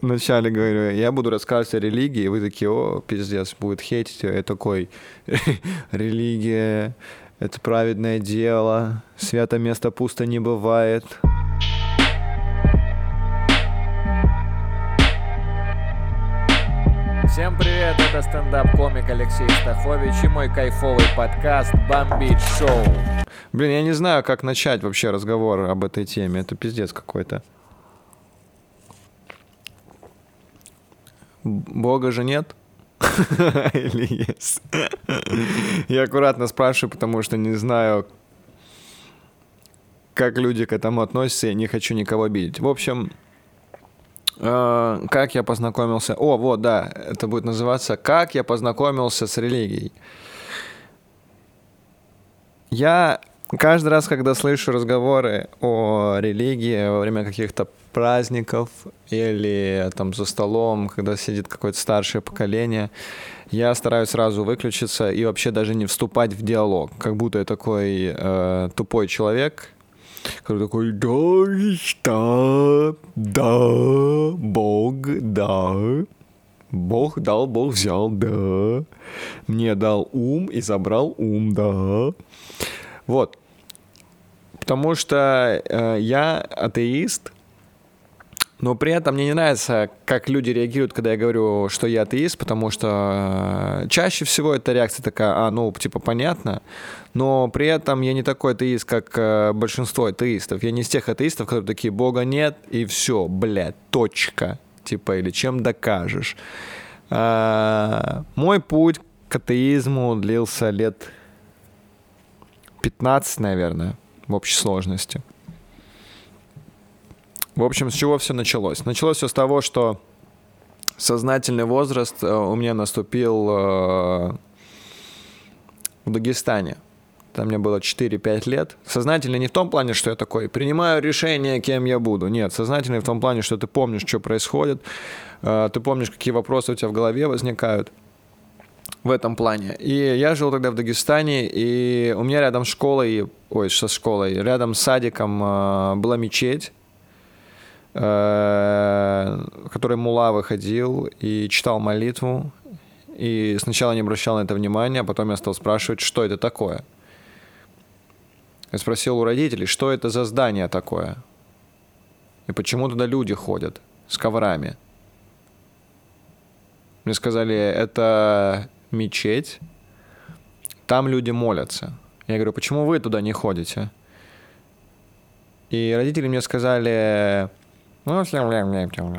вначале говорю, я буду рассказывать о религии, и вы такие, о, пиздец, будет хейтить. Я такой, религия, это праведное дело, свято место пусто не бывает. Всем привет, это стендап-комик Алексей Стахович и мой кайфовый подкаст «Бомбить шоу». Блин, я не знаю, как начать вообще разговор об этой теме, это пиздец какой-то. Бога же нет? Или есть? Я аккуратно спрашиваю, потому что не знаю, как люди к этому относятся, и не хочу никого обидеть. В общем, как я познакомился... О, вот, да, это будет называться «Как я познакомился с религией». Я каждый раз, когда слышу разговоры о религии во время каких-то праздников или там за столом, когда сидит какое-то старшее поколение, я стараюсь сразу выключиться и вообще даже не вступать в диалог, как будто я такой тупой человек, который такой, да, Бог, да, Бог дал, Бог взял, да, мне дал ум и забрал ум, да. Вот, потому что я атеист, но при этом мне не нравится, как люди реагируют, когда я говорю, что я атеист, потому что чаще всего эта реакция такая, типа, понятно, но при этом я не такой атеист, как большинство атеистов. Я не из тех атеистов, которые такие, Бога нет, и все, блядь, точка, типа, или чем докажешь. Мой путь к атеизму длился лет 15, наверное, в общей сложности. В общем, с чего все началось? Началось все с того, что сознательный возраст у меня наступил в Дагестане. Там мне было 4-5 лет. Сознательный не в том плане, что я такой, принимаю решение, кем я буду. Нет, сознательный в том плане, что ты помнишь, что происходит, ты помнишь, какие вопросы у тебя в голове возникают. В этом плане. И я жил тогда в Дагестане, и у меня рядом с школой, рядом с садиком была мечеть, в которой мулла выходил и читал молитву. И сначала не обращал на это внимания, а потом я стал спрашивать, что это такое. Я спросил у родителей, что это за здание такое? И почему туда люди ходят с коврами? Мне сказали, это мечеть, там люди молятся. Я говорю, почему вы туда не ходите? И родители мне сказали... Я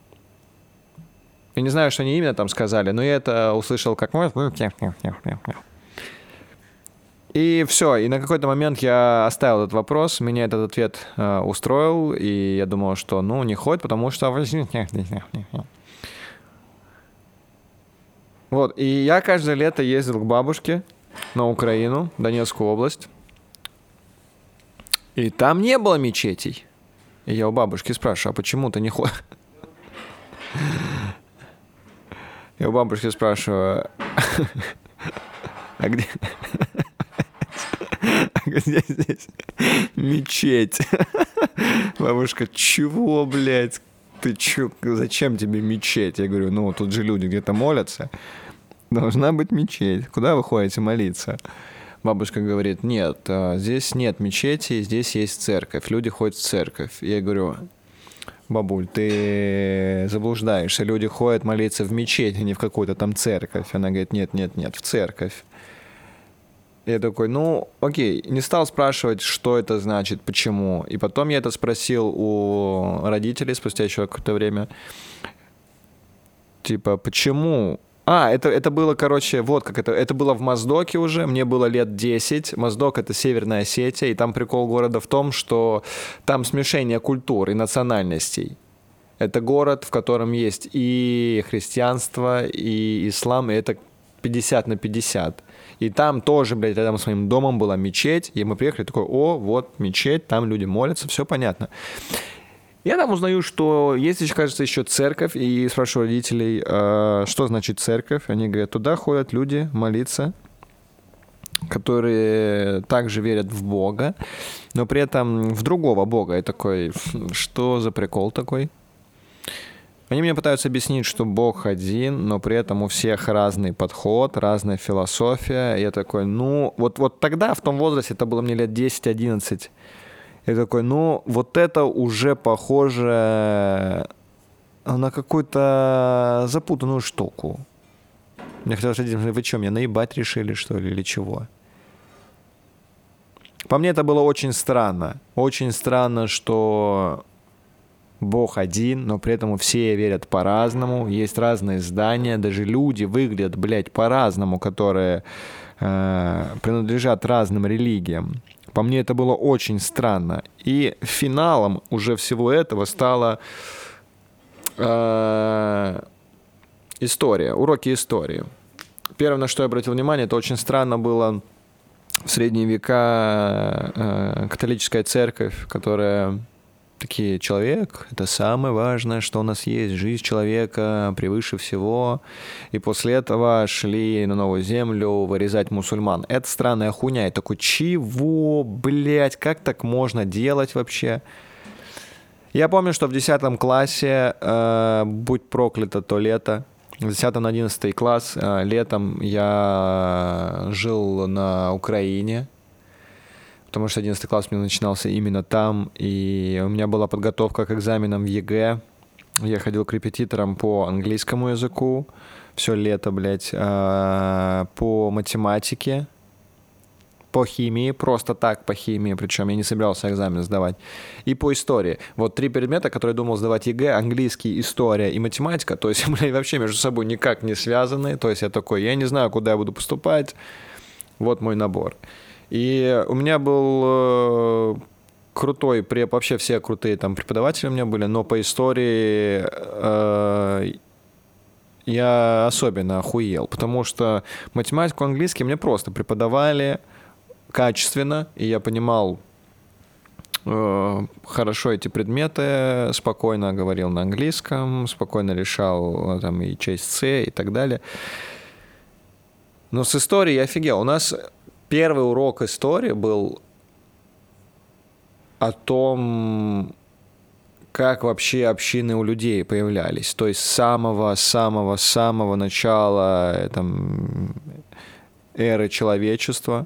не знаю, что они именно там сказали, но я это услышал как... И все, и на какой-то момент я оставил этот вопрос, меня этот ответ устроил, и я думал, что, не ходит, потому что... Вот, и я каждое лето ездил к бабушке на Украину, Донецкую область, и там не было мечетей. И я у бабушки спрашиваю, а почему ты не ходишь? Я у бабушки спрашиваю, а где здесь мечеть? Бабушка, чего, блядь? Ты чё, зачем тебе мечеть? Я говорю, тут же люди где-то молятся. Должна быть мечеть. Куда вы ходите молиться? Бабушка говорит, нет, здесь нет мечети, здесь есть церковь. Люди ходят в церковь. Я говорю, бабуль, ты заблуждаешься. Люди ходят молиться в мечеть, а не в какую-то там церковь. Она говорит, нет, в церковь. Я такой, окей. Не стал спрашивать, что это значит, почему. И потом я это спросил у родителей спустя еще какое-то время. Типа, почему... это было, вот как это. Это было в Моздоке уже, мне было лет 10. Моздок — это Северная Осетия, и там прикол города в том, что там смешение культур и национальностей. Это город, в котором есть и христианство, и ислам, и это 50/50. И там тоже, блядь, рядом с моим домом была мечеть, и мы приехали, такой, вот мечеть, там люди молятся, все понятно. Я там узнаю, что есть, кажется, еще церковь, и спрашиваю родителей, что значит церковь. Они говорят, туда ходят люди молиться, которые также верят в Бога, но при этом в другого Бога. Я такой, что за прикол такой? Они мне пытаются объяснить, что Бог один, но при этом у всех разный подход, разная философия. Я такой, ну, вот тогда, в том возрасте, это было мне лет 10-11, я такой, ну, вот это уже похоже на какую-то запутанную штуку. Мне хотелось спросить, вы что, меня наебать решили, что ли, или чего? По мне это было очень странно. Очень странно, что Бог один, но при этом все верят по-разному. Есть разные здания, даже люди выглядят, блядь, по-разному, которые принадлежат разным религиям. По мне это было очень странно. И финалом уже всего этого стала история, уроки истории. Первое, на что я обратил внимание, это очень странно было в средние века католическая церковь, которая такие, человек — это самое важное, что у нас есть, жизнь человека превыше всего. И после этого шли на Новую Землю вырезать мусульман. Это странная хуйня. Я такой, чего, блядь, как так можно делать вообще? Я помню, что в 10 классе, будь проклято то лето, в 10-11 класс, летом я жил на Украине, потому что 11 класс у меня начинался именно там, и у меня была подготовка к экзаменам в ЕГЭ. Я ходил к репетиторам по английскому языку все лето, блядь, по математике, по химии, просто так по химии, причем я не собирался экзамен сдавать, и по истории. Вот 3 предмета, которые я думал сдавать ЕГЭ: английский, история и математика, то есть, блядь, вообще между собой никак не связаны, то есть я такой, я не знаю, куда я буду поступать, вот мой набор. И у меня был крутой преп, вообще все крутые там преподаватели у меня были, но по истории я особенно охуел, потому что математику, английский мне просто преподавали качественно, и я понимал хорошо эти предметы, спокойно говорил на английском, спокойно решал там и часть С и так далее. Но с историей я офигел. У нас первый урок истории был о том, как вообще общины у людей появлялись. То есть с самого начала там, эры человечества.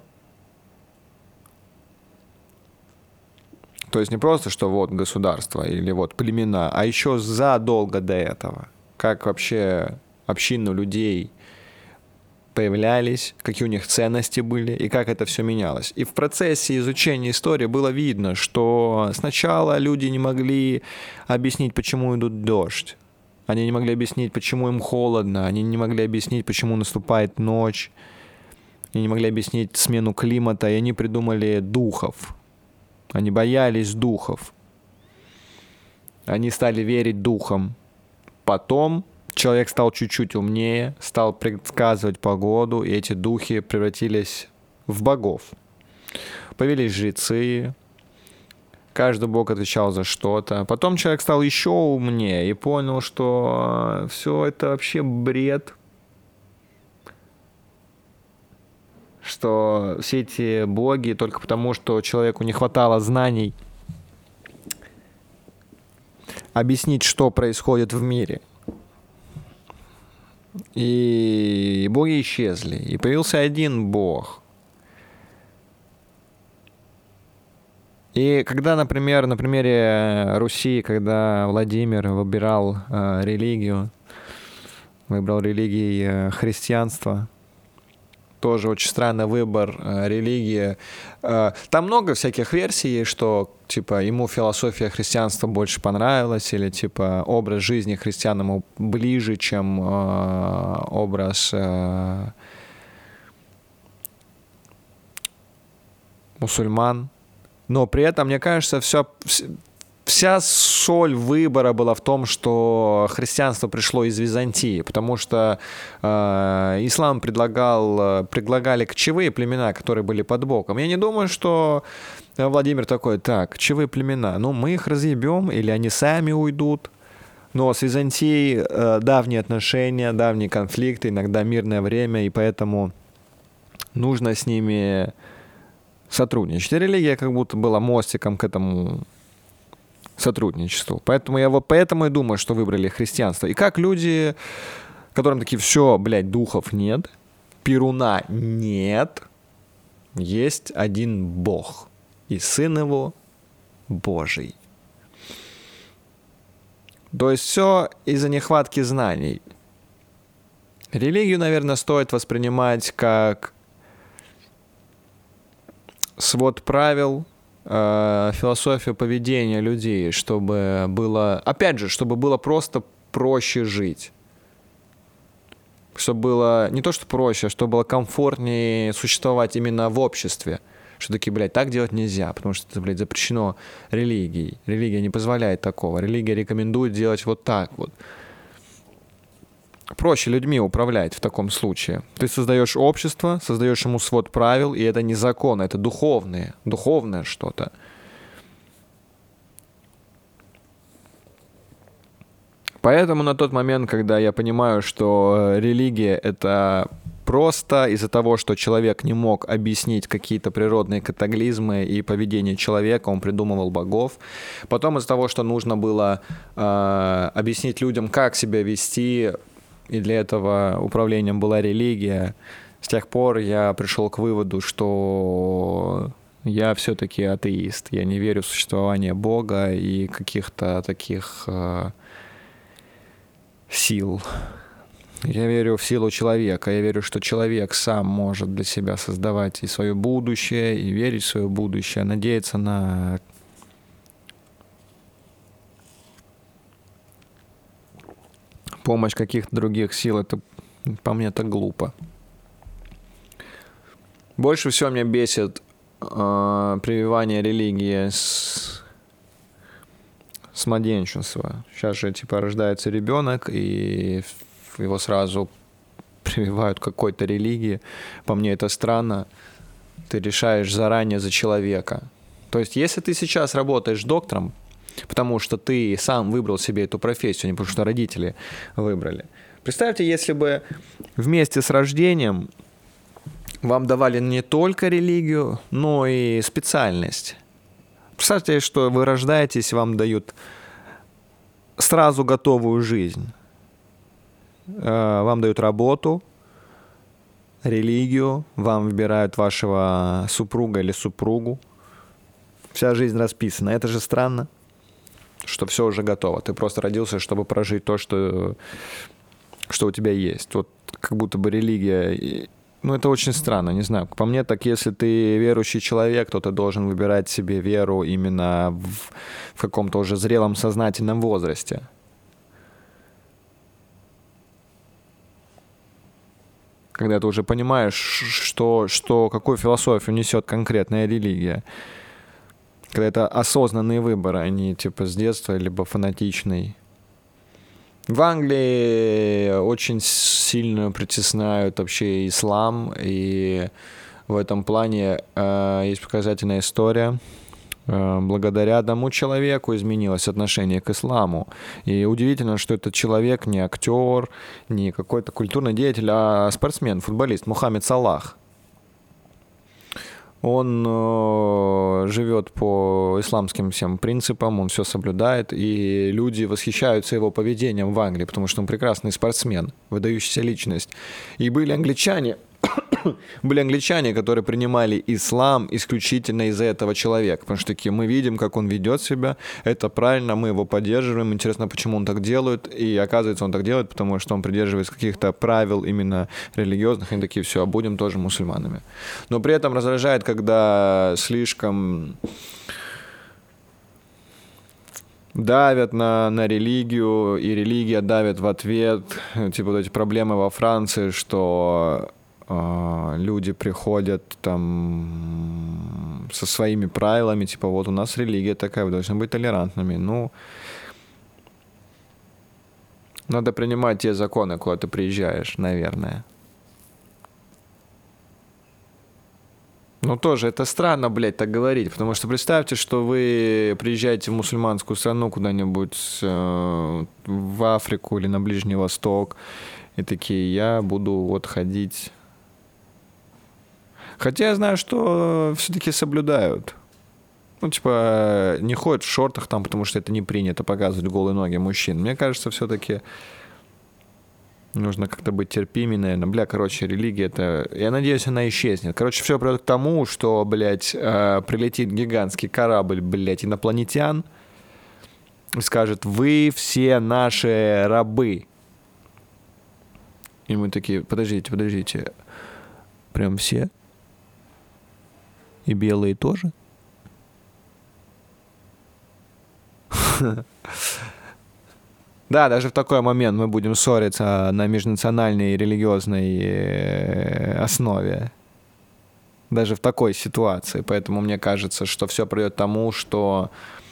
То есть не просто, что вот государство или вот племена, а еще задолго до этого. Как вообще общины у людей появлялись, какие у них ценности были и как это все менялось. И в процессе изучения истории было видно, что сначала люди не могли объяснить, почему идут дождь. Они не могли объяснить, почему им холодно. Они не могли объяснить, почему наступает ночь. Они не могли объяснить смену климата. И они придумали духов. Они боялись духов. Они стали верить духам. Потом человек стал чуть-чуть умнее, стал предсказывать погоду, и эти духи превратились в богов. Появились жрецы, каждый бог отвечал за что-то. Потом человек стал еще умнее и понял, что все это вообще бред, что все эти боги только потому, что человеку не хватало знаний объяснить, что происходит в мире. И боги исчезли. И появился один бог. И когда, например, на примере Руси, когда Владимир выбирал религию, выбрал религией христианства, тоже очень странный выбор религии. Там много всяких версий, что типа ему философия христианства больше понравилась, или типа образ жизни христиан ему ближе, чем образ мусульман. Но при этом, мне кажется, вся соль выбора была в том, что христианство пришло из Византии, потому что ислам предлагали кочевые племена, которые были под боком. Я не думаю, что Владимир такой: так, кочевые племена, ну мы их разъебем, или они сами уйдут. Но с Византией давние отношения, давние конфликты, иногда мирное время, и поэтому нужно с ними сотрудничать. И религия как будто была мостиком к этому сотрудничеству. Поэтому и думаю, что выбрали христианство. И как люди, которым такие, все, блядь, духов нет, Перуна нет, есть один Бог, и Сын Его Божий. То есть все из-за нехватки знаний. Религию, наверное, стоит воспринимать как свод правил, философию поведения людей, чтобы было, опять же, чтобы было просто проще жить. Чтобы было не то, что проще, а чтобы было комфортнее существовать именно в обществе. Что такие, блядь, так делать нельзя, потому что это, блядь, запрещено религией. Религия не позволяет такого. Религия рекомендует делать вот так вот. Проще людьми управлять в таком случае. Ты создаешь общество, создаешь ему свод правил, и это не закон, это духовное что-то. Поэтому на тот момент, когда я понимаю, что религия — это просто из-за того, что человек не мог объяснить какие-то природные катаклизмы и поведение человека, он придумывал богов. Потом из-за того, что нужно было объяснить людям, как себя вести, и для этого управлением была религия, с тех пор я пришел к выводу, что я все-таки атеист. Я не верю в существование Бога и каких-то таких сил. Я верю в силу человека. Я верю, что человек сам может для себя создавать и свое будущее, и верить в свое будущее, надеяться на помощь каких-то других сил. Это, по мне, это глупо. Больше всего меня бесит прививание религии с младенчества. Сейчас же, типа, рождается ребенок, и его сразу прививают какой-то религии. По мне, это странно. Ты решаешь заранее за человека. То есть, если ты сейчас работаешь доктором, потому что ты сам выбрал себе эту профессию, не потому что родители выбрали. Представьте, если бы вместе с рождением вам давали не только религию, но и специальность. Представьте, что вы рождаетесь, вам дают сразу готовую жизнь. Вам дают работу, религию, вам выбирают вашего супруга или супругу. Вся жизнь расписана. Это же странно, что все уже готово. Ты просто родился, чтобы прожить то, что у тебя есть. Вот как будто бы религия... Ну, это очень странно, не знаю. По мне, так если ты верующий человек, то ты должен выбирать себе веру именно в каком-то уже зрелом сознательном возрасте. Когда ты уже понимаешь, какую философию несет конкретная религия. Когда это осознанные выборы, а не типа с детства, либо фанатичный. В Англии очень сильно притесняют вообще ислам, и в этом плане есть показательная история. Благодаря одному человеку изменилось отношение к исламу. И удивительно, что этот человек не актер, не какой-то культурный деятель, а спортсмен, футболист Мухаммед Салах. Он живет по исламским всем принципам, он все соблюдает, и люди восхищаются его поведением в Англии, потому что он прекрасный спортсмен, выдающаяся личность. И были англичане, которые принимали ислам исключительно из-за этого человека, потому что такие, мы видим, как он ведет себя, это правильно, мы его поддерживаем, интересно, почему он так делает, и оказывается, он так делает, потому что он придерживается каких-то правил именно религиозных, и они такие, все, будем тоже мусульманами. Но при этом раздражает, когда слишком давят на религию, и религия давит в ответ, типа вот эти проблемы во Франции, что люди приходят там со своими правилами, типа вот у нас религия такая, вы должны быть толерантными. Ну, надо принимать те законы, куда ты приезжаешь, наверное. Ну, тоже это странно, блядь, так говорить, потому что представьте, что вы приезжаете в мусульманскую страну куда-нибудь в Африку или на Ближний Восток, и такие, я буду вот ходить... Хотя я знаю, что все-таки соблюдают. Ну, типа, не ходят в шортах там, потому что это не принято показывать голые ноги мужчин. Мне кажется, все-таки нужно как-то быть терпимее, наверное. Бля, короче, религия это... Я надеюсь, она исчезнет. Короче, все придет к тому, что, блядь, прилетит гигантский корабль, блядь, инопланетян и скажет: вы все наши рабы. И мы такие: подождите. Прям все? И белые тоже? Да, даже в такой момент мы будем ссориться на межнациональной и религиозной основе. Даже в такой ситуации. Поэтому мне кажется, что все придет к тому, что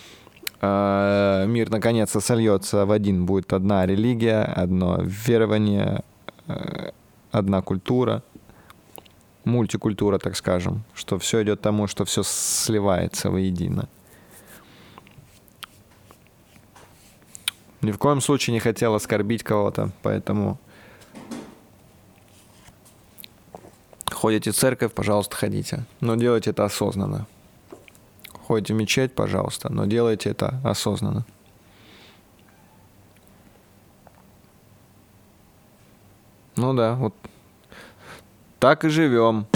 мир наконец-то сольется в один. Будет одна религия, одно верование, одна культура. Мультикультура, так скажем. Что все идет к тому, что все сливается воедино. Ни в коем случае не хотел оскорбить кого-то, поэтому ходите в церковь, пожалуйста, ходите. Но делайте это осознанно. Ходите в мечеть, пожалуйста, но делайте это осознанно. Ну да, вот так и живем.